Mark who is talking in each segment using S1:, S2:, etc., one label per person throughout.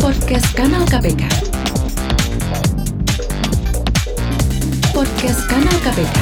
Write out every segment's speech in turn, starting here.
S1: Podcast Kanal KPK. Podcast Kanal KPK.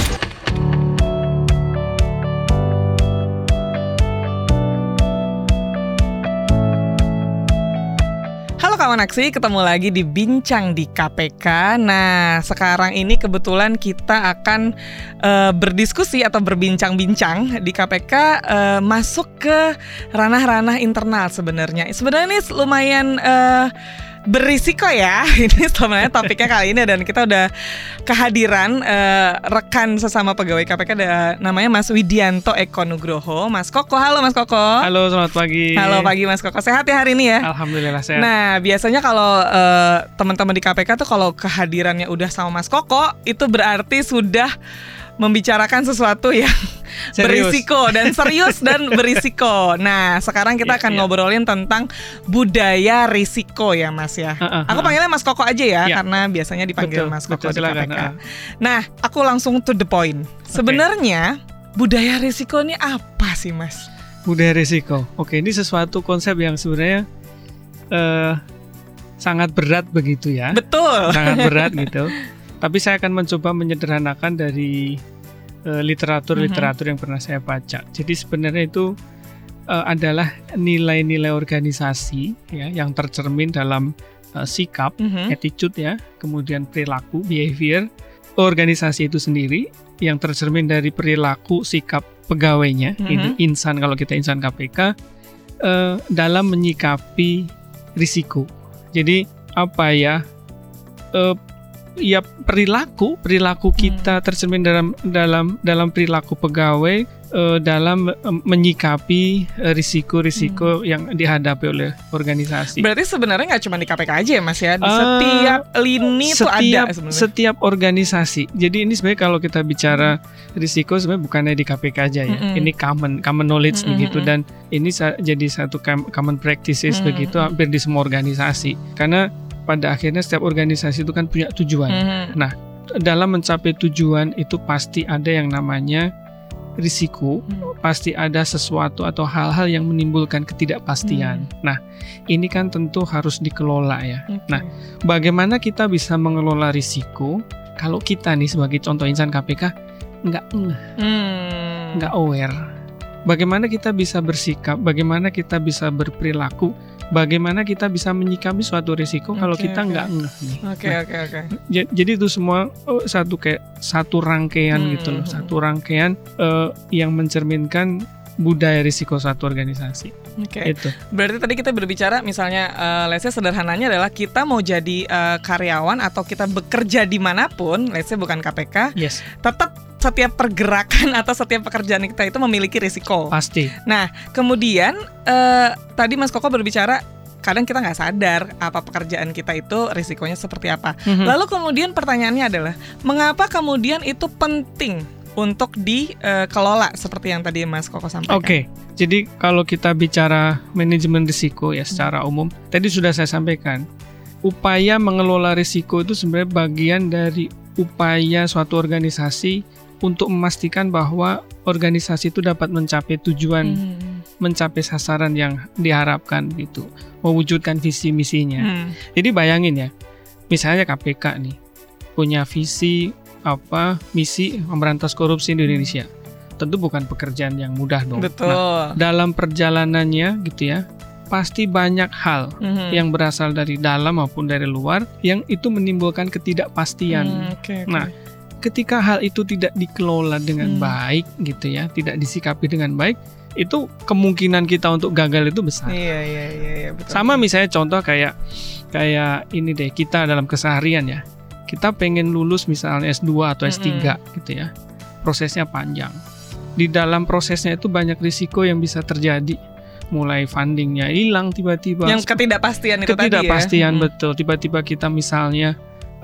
S2: Halo kawan aksi, ketemu lagi di Bincang di KPK. Nah, sekarang ini kebetulan kita akan berdiskusi atau berbincang-bincang di KPK, masuk ke ranah-ranah internal sebenarnya. Sebenarnya ini lumayan berisiko ya. Ini sebenarnya topiknya kali ini, dan kita udah kehadiran rekan sesama pegawai KPK, namanya Mas Widianto Eko Nugroho. Mas Koko, halo Mas Koko.
S3: Halo, selamat pagi.
S2: Halo pagi Mas Koko, sehat ya hari ini ya?
S3: Alhamdulillah sehat.
S2: Nah, biasanya kalau teman-teman di KPK tuh kalau kehadirannya udah sama Mas Koko, itu berarti sudah membicarakan sesuatu yang berisiko dan serius dan berisiko. Nah, sekarang kita akan ngobrolin tentang budaya risiko ya, Mas ya. Aku panggilnya Mas Koko aja ya, karena biasanya dipanggil Mas Koko di KPK. Nah, aku langsung to the point. Sebenarnya budaya risiko ini apa sih, Mas?
S3: Budaya risiko. Oke, ini sesuatu konsep yang sebenarnya sangat berat begitu ya.
S2: Betul.
S3: Sangat berat gitu. Tapi saya akan mencoba menyederhanakan dari literatur yang pernah saya baca. Jadi sebenarnya itu adalah nilai-nilai organisasi ya, yang tercermin dalam sikap, attitude ya, kemudian perilaku, behavior organisasi itu sendiri, yang tercermin dari perilaku sikap pegawainya, itu insan kalau kita insan KPK, dalam menyikapi risiko. Jadi apa ya? Ya perilaku kita tercermin dalam perilaku pegawai, dalam menyikapi risiko-risiko yang dihadapi oleh organisasi.
S2: Berarti sebenarnya nggak cuma di KPK aja ya, Mas ya, di setiap lini itu ada sebenarnya.
S3: Setiap organisasi. Jadi ini sebenarnya kalau kita bicara risiko sebenarnya bukannya di KPK aja ya. Ini common knowledge begitu, dan ini jadi satu common practices begitu hampir di semua organisasi. Karena pada akhirnya setiap organisasi itu kan punya tujuan. Nah, dalam mencapai tujuan itu pasti ada yang namanya risiko, pasti ada sesuatu atau hal-hal yang menimbulkan ketidakpastian. Nah, ini kan tentu harus dikelola ya. Nah, bagaimana kita bisa mengelola risiko kalau kita nih sebagai contoh insan KPK nggak aware? Bagaimana kita bisa bersikap, bagaimana kita bisa berperilaku, bagaimana kita bisa menyikapi suatu risiko kalau kita nggak ngeh nih. Jadi itu semua satu rangkaian gitu loh, satu rangkaian yang mencerminkan budaya risiko suatu organisasi. Itu.
S2: Berarti tadi kita berbicara misalnya, let's say sederhananya adalah kita mau jadi karyawan atau kita bekerja dimanapun, let's say bukan KPK, tetap setiap pergerakan atau setiap pekerjaan kita itu memiliki risiko.
S3: Pasti.
S2: Nah, kemudian tadi Mas Koko berbicara, kadang kita nggak sadar apa pekerjaan kita itu risikonya seperti apa. Lalu kemudian pertanyaannya adalah, mengapa kemudian itu penting untuk dikelola seperti yang tadi Mas Koko sampaikan?
S3: Oke, jadi kalau kita bicara manajemen risiko ya secara umum, tadi sudah saya sampaikan, upaya mengelola risiko itu sebenarnya bagian dari upaya suatu organisasi untuk memastikan bahwa organisasi itu dapat mencapai tujuan, mencapai sasaran yang diharapkan gitu, mewujudkan visi misinya. Jadi bayangin ya, misalnya KPK nih punya visi misi memberantas korupsi di Indonesia. Tentu bukan pekerjaan yang mudah dong.
S2: Betul.
S3: Nah, dalam perjalanannya gitu ya, pasti banyak hal yang berasal dari dalam maupun dari luar yang itu menimbulkan ketidakpastian. Nah, ketika hal itu tidak dikelola dengan baik gitu ya, tidak disikapi dengan baik, itu kemungkinan kita untuk gagal itu besar.
S2: Iya, betul.
S3: Sama misalnya contoh kayak ini deh, kita dalam keseharian ya, kita pengen lulus misalnya S2 atau S3 gitu ya, prosesnya panjang. Di dalam prosesnya itu banyak risiko yang bisa terjadi, mulai fundingnya hilang tiba-tiba.
S2: Yang ketidakpastian itu tadi ya.
S3: Ketidakpastian betul, tiba-tiba kita misalnya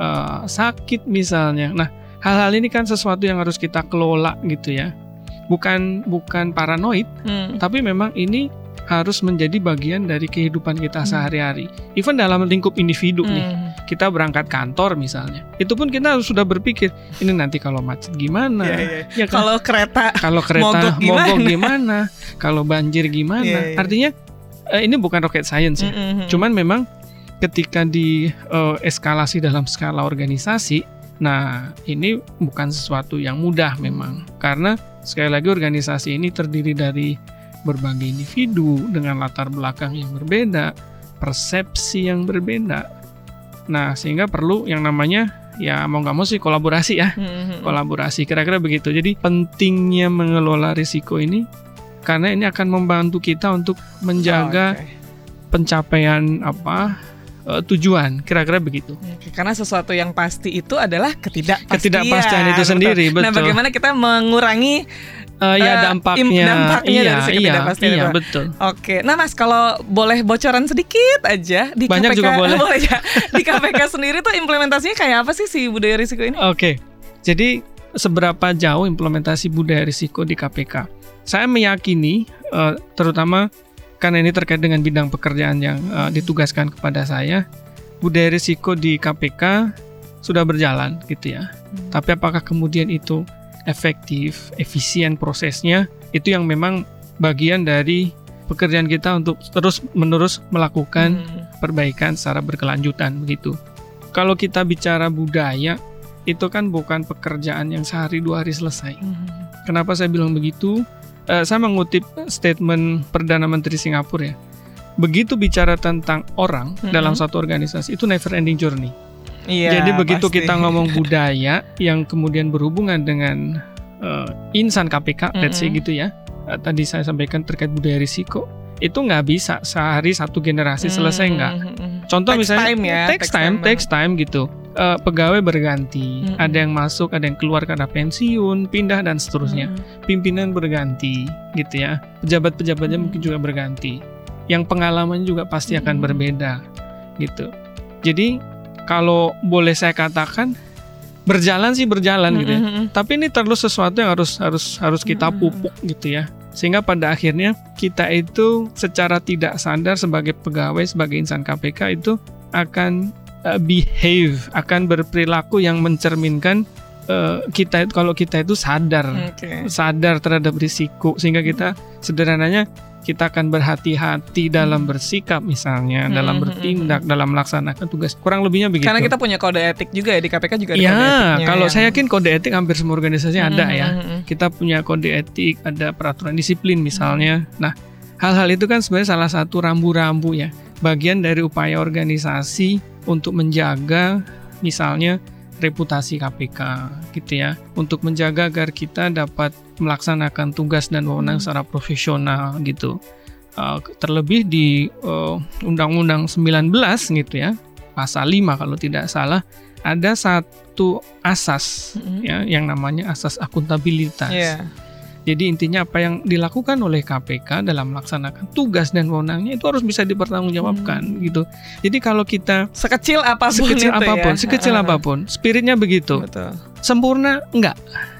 S3: sakit misalnya. Nah, hal-hal ini kan sesuatu yang harus kita kelola gitu ya. Bukan paranoid, tapi memang ini harus menjadi bagian dari kehidupan kita sehari-hari. Even dalam lingkup individu nih, kita berangkat kantor misalnya, itu pun kita sudah berpikir, ini nanti kalau macet gimana?
S2: Ya kan? Kalau kereta
S3: mogok gimana? Kalau banjir gimana? Artinya ini bukan rocket science ya. Cuman memang ketika di eskalasi dalam skala organisasi, nah ini bukan sesuatu yang mudah memang, karena sekali lagi organisasi ini terdiri dari berbagai individu dengan latar belakang yang berbeda, persepsi yang berbeda. Nah, sehingga perlu yang namanya ya mau nggak mau sih kolaborasi ya, kolaborasi kira-kira begitu. Jadi pentingnya mengelola risiko ini karena ini akan membantu kita untuk menjaga pencapaian tujuan, kira-kira begitu.
S2: Karena sesuatu yang pasti itu adalah
S3: ketidakpastian itu sendiri, betul.
S2: Nah, bagaimana kita mengurangi
S3: dampaknya
S2: dari si ketidakpastian itu.
S3: Betul.
S2: Oke, nah Mas, kalau boleh bocoran sedikit aja di
S3: banyak
S2: KPK,
S3: juga boleh.
S2: Boleh ya. Di KPK sendiri tuh implementasinya kayak apa sih si budaya risiko ini?
S3: Oke, jadi seberapa jauh implementasi budaya risiko di KPK? Saya meyakini, terutama karena ini terkait dengan bidang pekerjaan yang ditugaskan kepada saya, budaya risiko di KPK sudah berjalan gitu ya. Tapi apakah kemudian itu efektif, efisien prosesnya, itu yang memang bagian dari pekerjaan kita untuk terus-menerus melakukan perbaikan secara berkelanjutan begitu. Kalau kita bicara budaya, itu kan bukan pekerjaan yang sehari 2 hari selesai. Kenapa saya bilang begitu? Saya mengutip statement Perdana Menteri Singapura ya. Begitu bicara tentang orang dalam satu organisasi, itu never ending journey.
S2: Iya,
S3: jadi begitu
S2: pasti.
S3: kita ngomong budaya yang kemudian berhubungan dengan insan KPK, let's say gitu ya. Tadi saya sampaikan terkait budaya risiko, itu nggak bisa sehari satu generasi selesai nggak. Contoh misalnya takes time gitu. Pegawai berganti, ada yang masuk, ada yang keluar karena pensiun, pindah dan seterusnya. Pimpinan berganti, gitu ya. Pejabat-pejabatnya mungkin juga berganti. Yang pengalaman juga pasti akan berbeda, gitu. Jadi kalau boleh saya katakan berjalan gitu ya. Tapi ini terus sesuatu yang harus kita pupuk gitu ya. Sehingga pada akhirnya kita itu secara tidak sadar sebagai pegawai, sebagai insan KPK itu akan behave, akan berperilaku yang mencerminkan kalau kita itu sadar terhadap risiko, sehingga kita sederhananya kita akan berhati-hati dalam bersikap misalnya, dalam bertindak, dalam melaksanakan tugas. Kurang lebihnya begitu.
S2: Karena kita punya kode etik juga ya di KPK juga ada
S3: ya,
S2: kode etiknya.
S3: Kalau saya yakin kode etik hampir semua organisasi ada ya. Kita punya kode etik, ada peraturan disiplin misalnya. Nah, hal-hal itu kan sebenarnya salah satu rambu-rambu ya, bagian dari upaya organisasi untuk menjaga misalnya reputasi KPK gitu ya, untuk menjaga agar kita dapat melaksanakan tugas dan wewenang secara profesional gitu. Terlebih di Undang-Undang 19 gitu ya, pasal 5 kalau tidak salah, ada satu asas ya, yang namanya asas akuntabilitas. Jadi intinya apa yang dilakukan oleh KPK dalam melaksanakan tugas dan wewenangnya itu harus bisa dipertanggungjawabkan gitu. Jadi kalau kita
S2: sekecil apapun,
S3: spiritnya begitu.
S2: Betul.
S3: Sempurna enggak.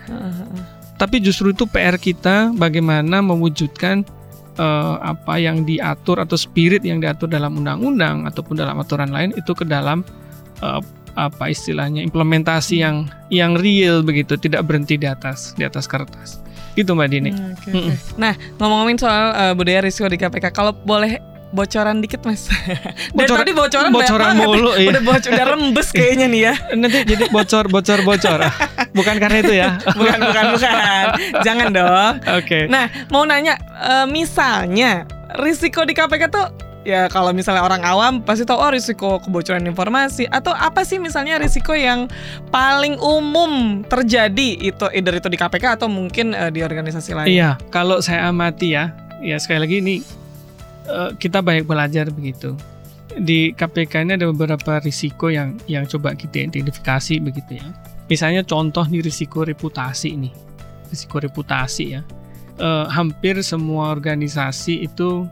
S3: Tapi justru itu PR kita bagaimana mewujudkan apa yang diatur atau spirit yang diatur dalam undang-undang ataupun dalam aturan lain itu ke dalam apa istilahnya implementasi yang real begitu, tidak berhenti di atas kertas. Gitu Mbak Dini.
S2: Okay. Nah, ngomongin soal budaya risiko di KPK, kalau boleh bocoran dikit Mas. Dari tadi bocoran
S3: mulu ya.
S2: Udah rembes kayaknya nih ya.
S3: Nanti jadi bocor. Bukan karena itu ya.
S2: Bukan. Jangan dong.
S3: Oke.
S2: Nah, mau nanya, misalnya risiko di KPK tuh ya kalau misalnya orang awam pasti tahu risiko kebocoran informasi, atau apa sih misalnya risiko yang paling umum terjadi itu either itu di KPK atau mungkin di organisasi lain.
S3: Iya, kalau saya amati ya sekali lagi ini kita banyak belajar begitu. Di KPK ini ada beberapa risiko yang coba kita identifikasi begitu ya. Misalnya contoh nih risiko reputasi nih. Risiko reputasi ya. Hampir semua organisasi itu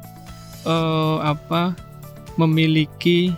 S3: memiliki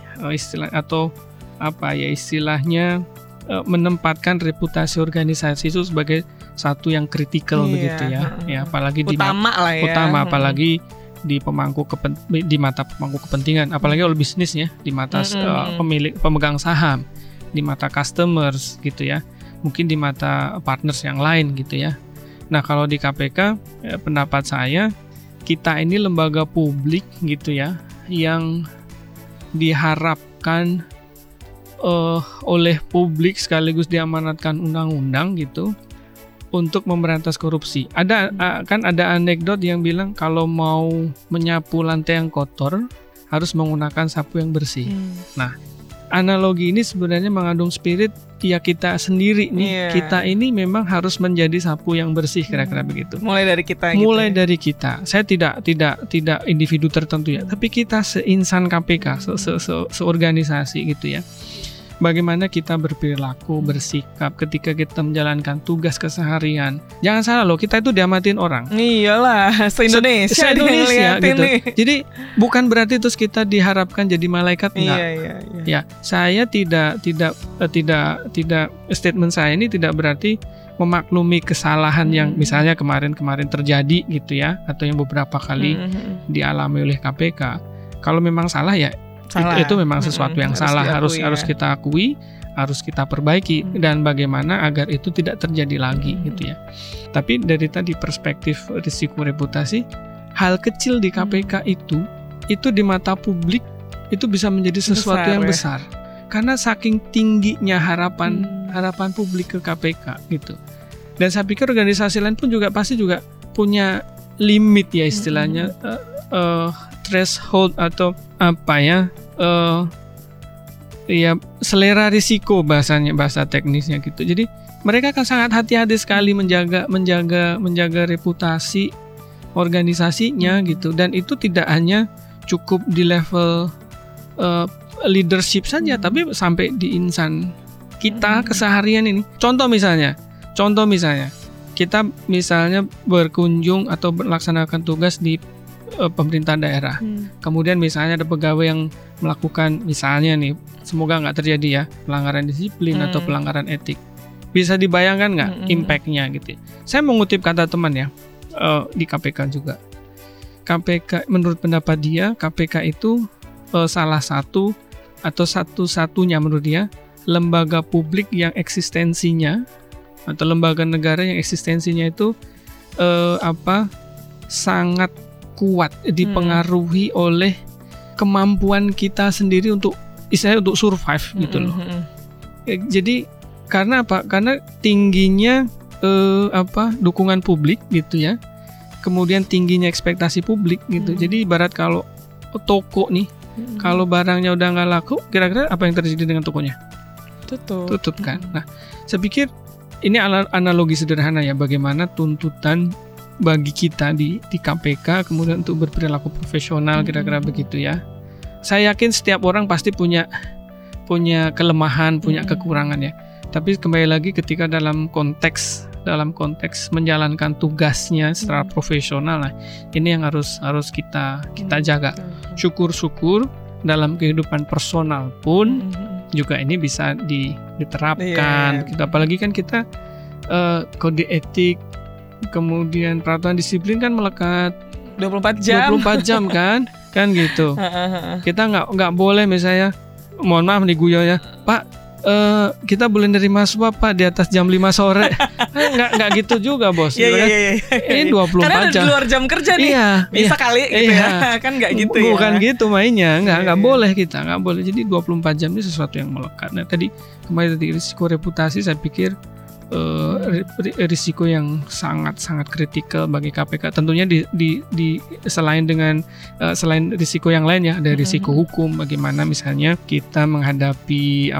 S3: istilahnya menempatkan reputasi organisasi itu sebagai satu yang kritikal begitu ya. Ya apalagi utama apalagi di mata pemangku kepentingan, apalagi oleh bisnis ya, di mata pemegang saham, di mata customers gitu ya. Mungkin di mata partners yang lain gitu ya. Nah, kalau di KPK pendapat saya kita ini lembaga publik gitu ya, yang diamanatkan oleh publik sekaligus diamanatkan undang-undang gitu untuk memberantas korupsi. Kan ada anekdot yang bilang kalau mau menyapu lantai yang kotor harus menggunakan sapu yang bersih. Nah, analogi ini sebenarnya mengandung spirit ya kita sendiri nih. Kita ini memang harus menjadi sapu yang bersih, kira-kira begitu.
S2: Mulai dari kita.
S3: Mulai dari kita. Saya tidak individu tertentu ya, tapi kita seinsan KPK, seorganisasi gitu ya. Bagaimana kita berperilaku, bersikap ketika kita menjalankan tugas keseharian. Jangan salah loh, kita itu diamatin orang.
S2: Iyalah, se-Indonesia
S3: gitu.
S2: Nih.
S3: Jadi bukan berarti terus kita diharapkan jadi malaikat, enggak.
S2: Iya.
S3: Ya, saya tidak statement saya ini tidak berarti memaklumi kesalahan yang misalnya kemarin terjadi gitu ya, atau yang beberapa kali dialami oleh KPK. Kalau memang salah ya itu memang sesuatu yang salah, harus kita akui, harus kita perbaiki, dan bagaimana agar itu tidak terjadi lagi gitu ya. Tapi dari tadi perspektif risiko reputasi, hal kecil di KPK itu di mata publik itu bisa menjadi sesuatu yang besar. Karena saking tingginya harapan publik ke KPK gitu. Dan saya pikir organisasi lain pun pasti juga punya limit ya istilahnya, threshold atau apa ya, ya selera risiko bahasa teknisnya gitu. Jadi mereka akan sangat hati-hati sekali menjaga reputasi organisasinya gitu. Dan itu tidak hanya cukup di level leadership saja, tapi sampai di insan kita keseharian ini. Contoh misalnya kita misalnya berkunjung atau melaksanakan tugas di pemerintah daerah. Kemudian misalnya ada pegawai yang melakukan misalnya nih, semoga nggak terjadi ya, pelanggaran disiplin atau pelanggaran etik. Bisa dibayangkan nggak impact-nya gitu. Saya mengutip kata teman ya, di KPK juga. KPK menurut pendapat dia, KPK itu salah satu atau satu-satunya menurut dia lembaga publik yang eksistensinya atau lembaga negara yang eksistensinya itu sangat kuat dipengaruhi oleh kemampuan kita sendiri untuk survive gitu loh. Jadi karena apa? Karena tingginya dukungan publik gitu ya. Kemudian tingginya ekspektasi publik gitu. Jadi ibarat kalau toko nih, kalau barangnya udah nggak laku, kira-kira apa yang terjadi dengan tokonya? Tutup kan. Nah, saya pikir ini analogi sederhana ya, bagaimana tuntutan bagi kita di KPK kemudian untuk berperilaku profesional, kira-kira begitu ya. Saya yakin setiap orang pasti punya kelemahan, punya kekurangan ya. Tapi kembali lagi ketika dalam konteks menjalankan tugasnya secara profesional, nah ini yang harus kita jaga. Syukur-syukur dalam kehidupan personal pun juga ini bisa diterapkan. Gitu. Apalagi kan kita kode etik, kemudian peraturan disiplin kan melekat
S2: 24 jam
S3: kan gitu. Kita nggak boleh misalnya, mohon maaf nih Guyo ya, Pak, kita boleh nerima suap Pak di atas jam 5 sore. Nggak gitu juga bos.
S2: Iya.
S3: Ini 24
S2: karena
S3: jam.
S2: Karena di luar jam kerja nih. Bisa kali gitu ya. Kan nggak gitu ya.
S3: Bukan gitu mainnya. Nggak boleh kita. Nggak boleh. Jadi 24 jam ini sesuatu yang melekat. Nah tadi kembali tadi risiko reputasi, saya pikir risiko yang sangat kritikal bagi KPK. Tentunya selain risiko yang lain ya, ada risiko hukum. Bagaimana misalnya kita menghadapi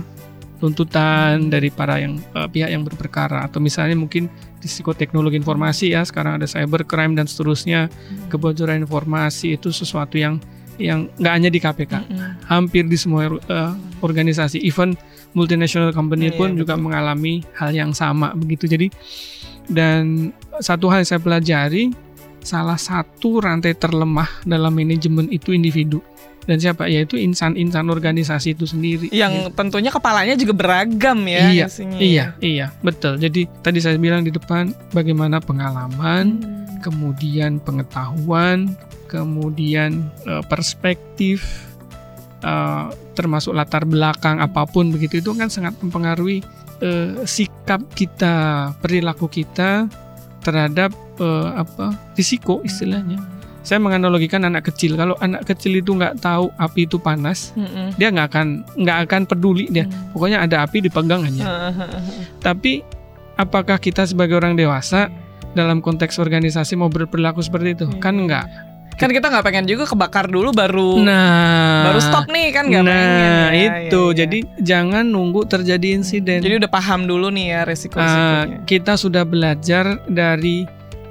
S3: tuntutan dari para pihak yang berperkara, atau misalnya mungkin risiko teknologi informasi ya, sekarang ada cybercrime dan seterusnya. Kebocoran informasi itu sesuatu yang nggak hanya di KPK, hampir di semua organisasi, even multinational company pun juga mengalami hal yang sama begitu. Jadi, dan satu hal yang saya pelajari, salah satu rantai terlemah dalam manajemen itu individu. Dan siapa? Yaitu insan-insan organisasi itu sendiri.
S2: Yang tentunya kepalanya juga beragam ya.
S3: Iya, betul. Jadi tadi saya bilang di depan, bagaimana pengalaman, kemudian pengetahuan, kemudian perspektif, termasuk latar belakang apapun begitu, itu kan sangat mempengaruhi sikap kita, perilaku kita terhadap risiko istilahnya. Saya menganalogikan anak kecil. Kalau anak kecil itu nggak tahu api itu panas, dia nggak akan peduli dia. Pokoknya ada api dipegang aja. Tapi apakah kita sebagai orang dewasa dalam konteks organisasi mau berperilaku seperti itu? Kan enggak.
S2: Kan kita nggak pengen juga kebakar dulu baru stop nih, kan nggak pengen.
S3: Nah itu, jadi jangan nunggu terjadi insiden.
S2: Jadi udah paham dulu nih ya resiko-resikonya.
S3: Kita sudah belajar dari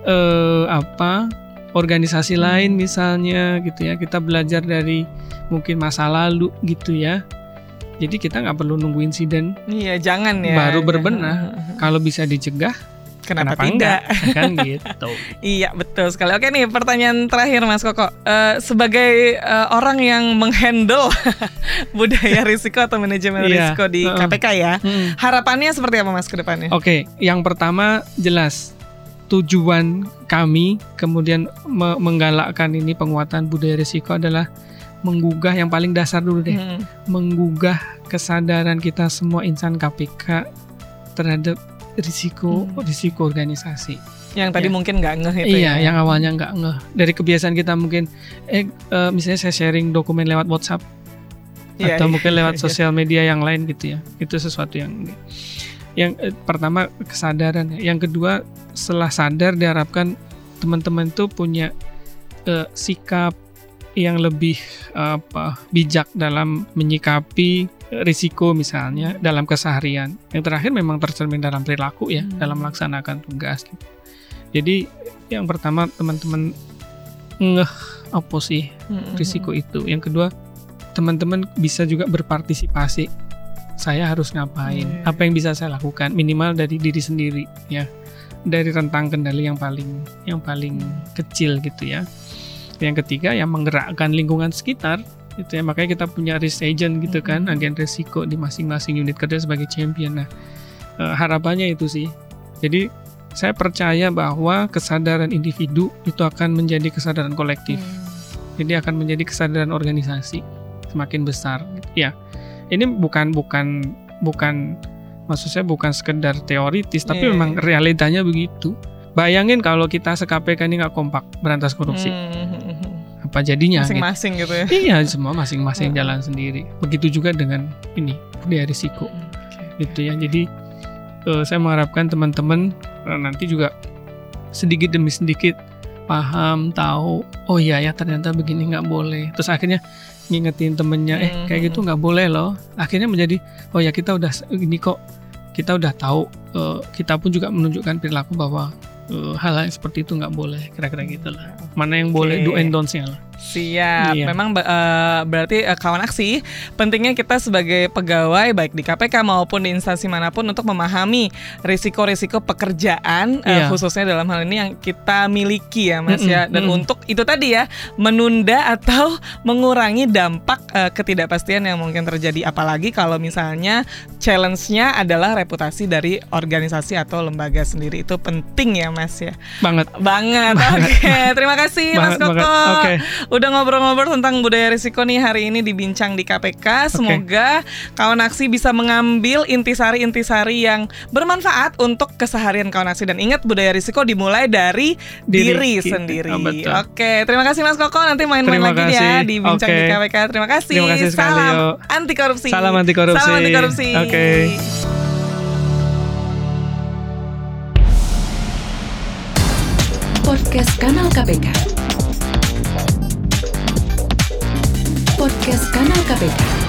S3: organisasi lain misalnya gitu ya. Kita belajar dari mungkin masa lalu gitu ya. Jadi kita nggak perlu nunggu insiden.
S2: Iya, jangan ya.
S3: Baru berbenah. Kalau bisa dicegah, kenapa tidak? Kan gitu.
S2: Iya, betul sekali. Oke nih, pertanyaan terakhir Mas Koko. Sebagai orang yang menghandle budaya risiko atau manajemen risiko di KPK ya, harapannya seperti apa Mas ke depannya?
S3: Oke, yang pertama jelas tujuan kami kemudian menggalakkan ini penguatan budaya risiko adalah menggugah yang paling dasar dulu deh. Menggugah kesadaran kita semua insan KPK terhadap risiko organisasi.
S2: Yang tadi mungkin nggak ngeh itu ya.
S3: Yang awalnya nggak ngeh. Dari kebiasaan kita mungkin misalnya saya sharing dokumen lewat WhatsApp atau mungkin lewat sosial media yang lain gitu ya. Itu sesuatu yang pertama kesadaran ya. Yang kedua, setelah sadar diharapkan teman-teman itu punya sikap yang lebih bijak dalam menyikapi risiko misalnya dalam keseharian. Yang terakhir memang tercermin dalam perilaku ya, dalam melaksanakan tugas. Jadi yang pertama teman-teman ngeh apa sih risiko itu. Yang kedua, teman-teman bisa juga berpartisipasi. Saya harus ngapain? Apa yang bisa saya lakukan? Minimal dari diri sendiri ya. Dari rentang kendali yang paling kecil gitu ya. Yang ketiga, yang menggerakkan lingkungan sekitar gitu ya. Makanya kita punya risk agent gitu kan, agen risiko di masing-masing unit kerja sebagai champion. Nah, harapannya itu sih. Jadi saya percaya bahwa kesadaran individu itu akan menjadi kesadaran kolektif. Jadi akan menjadi kesadaran organisasi semakin besar gitu ya. Ini bukan maksud saya bukan sekedar teoritis, tapi memang realitanya begitu. Bayangin kalau kita se-KPK ini nggak kompak berantas korupsi, apa jadinya?
S2: Masing-masing gitu ya?
S3: Iya, semua masing-masing jalan sendiri. Begitu juga dengan ini budaya risiko, gitu ya. Jadi saya mengharapkan teman-teman nanti juga sedikit demi sedikit paham, tahu, oh iya ya ternyata begini nggak boleh. Terus akhirnya ngingetin temennya, kayak gitu nggak boleh loh. Akhirnya menjadi, oh ya kita udah ini kok, kita udah tahu. Kita pun juga menunjukkan perilaku bahwa hal yang seperti itu nggak boleh, kira-kira gitulah. Mana yang boleh, do and don'ts-nya lah.
S2: Siap. Memang berarti kawan aksi, pentingnya kita sebagai pegawai baik di KPK maupun di instansi manapun untuk memahami risiko-risiko pekerjaan, khususnya dalam hal ini yang kita miliki ya Mas ya. Dan untuk itu tadi ya, menunda atau mengurangi dampak ketidakpastian yang mungkin terjadi. Apalagi kalau misalnya challenge-nya adalah reputasi dari organisasi atau lembaga sendiri. Itu penting ya Mas ya. Banget. Oke, terima kasih Mas Koko. Udah ngobrol-ngobrol tentang budaya risiko nih hari ini di Bincang di KPK. Semoga kawan aksi bisa mengambil intisari-intisari yang bermanfaat untuk keseharian kawan aksi. Dan ingat, budaya risiko dimulai dari diri sendiri. Oke, terima kasih Mas Koko. Nanti main-main lagi ya di Bincang di KPK. Terima kasih. Salam anti korupsi.
S3: Salam anti korupsi. Oke.
S1: Podcast Kanal KPK. Podcast Kanal KPK.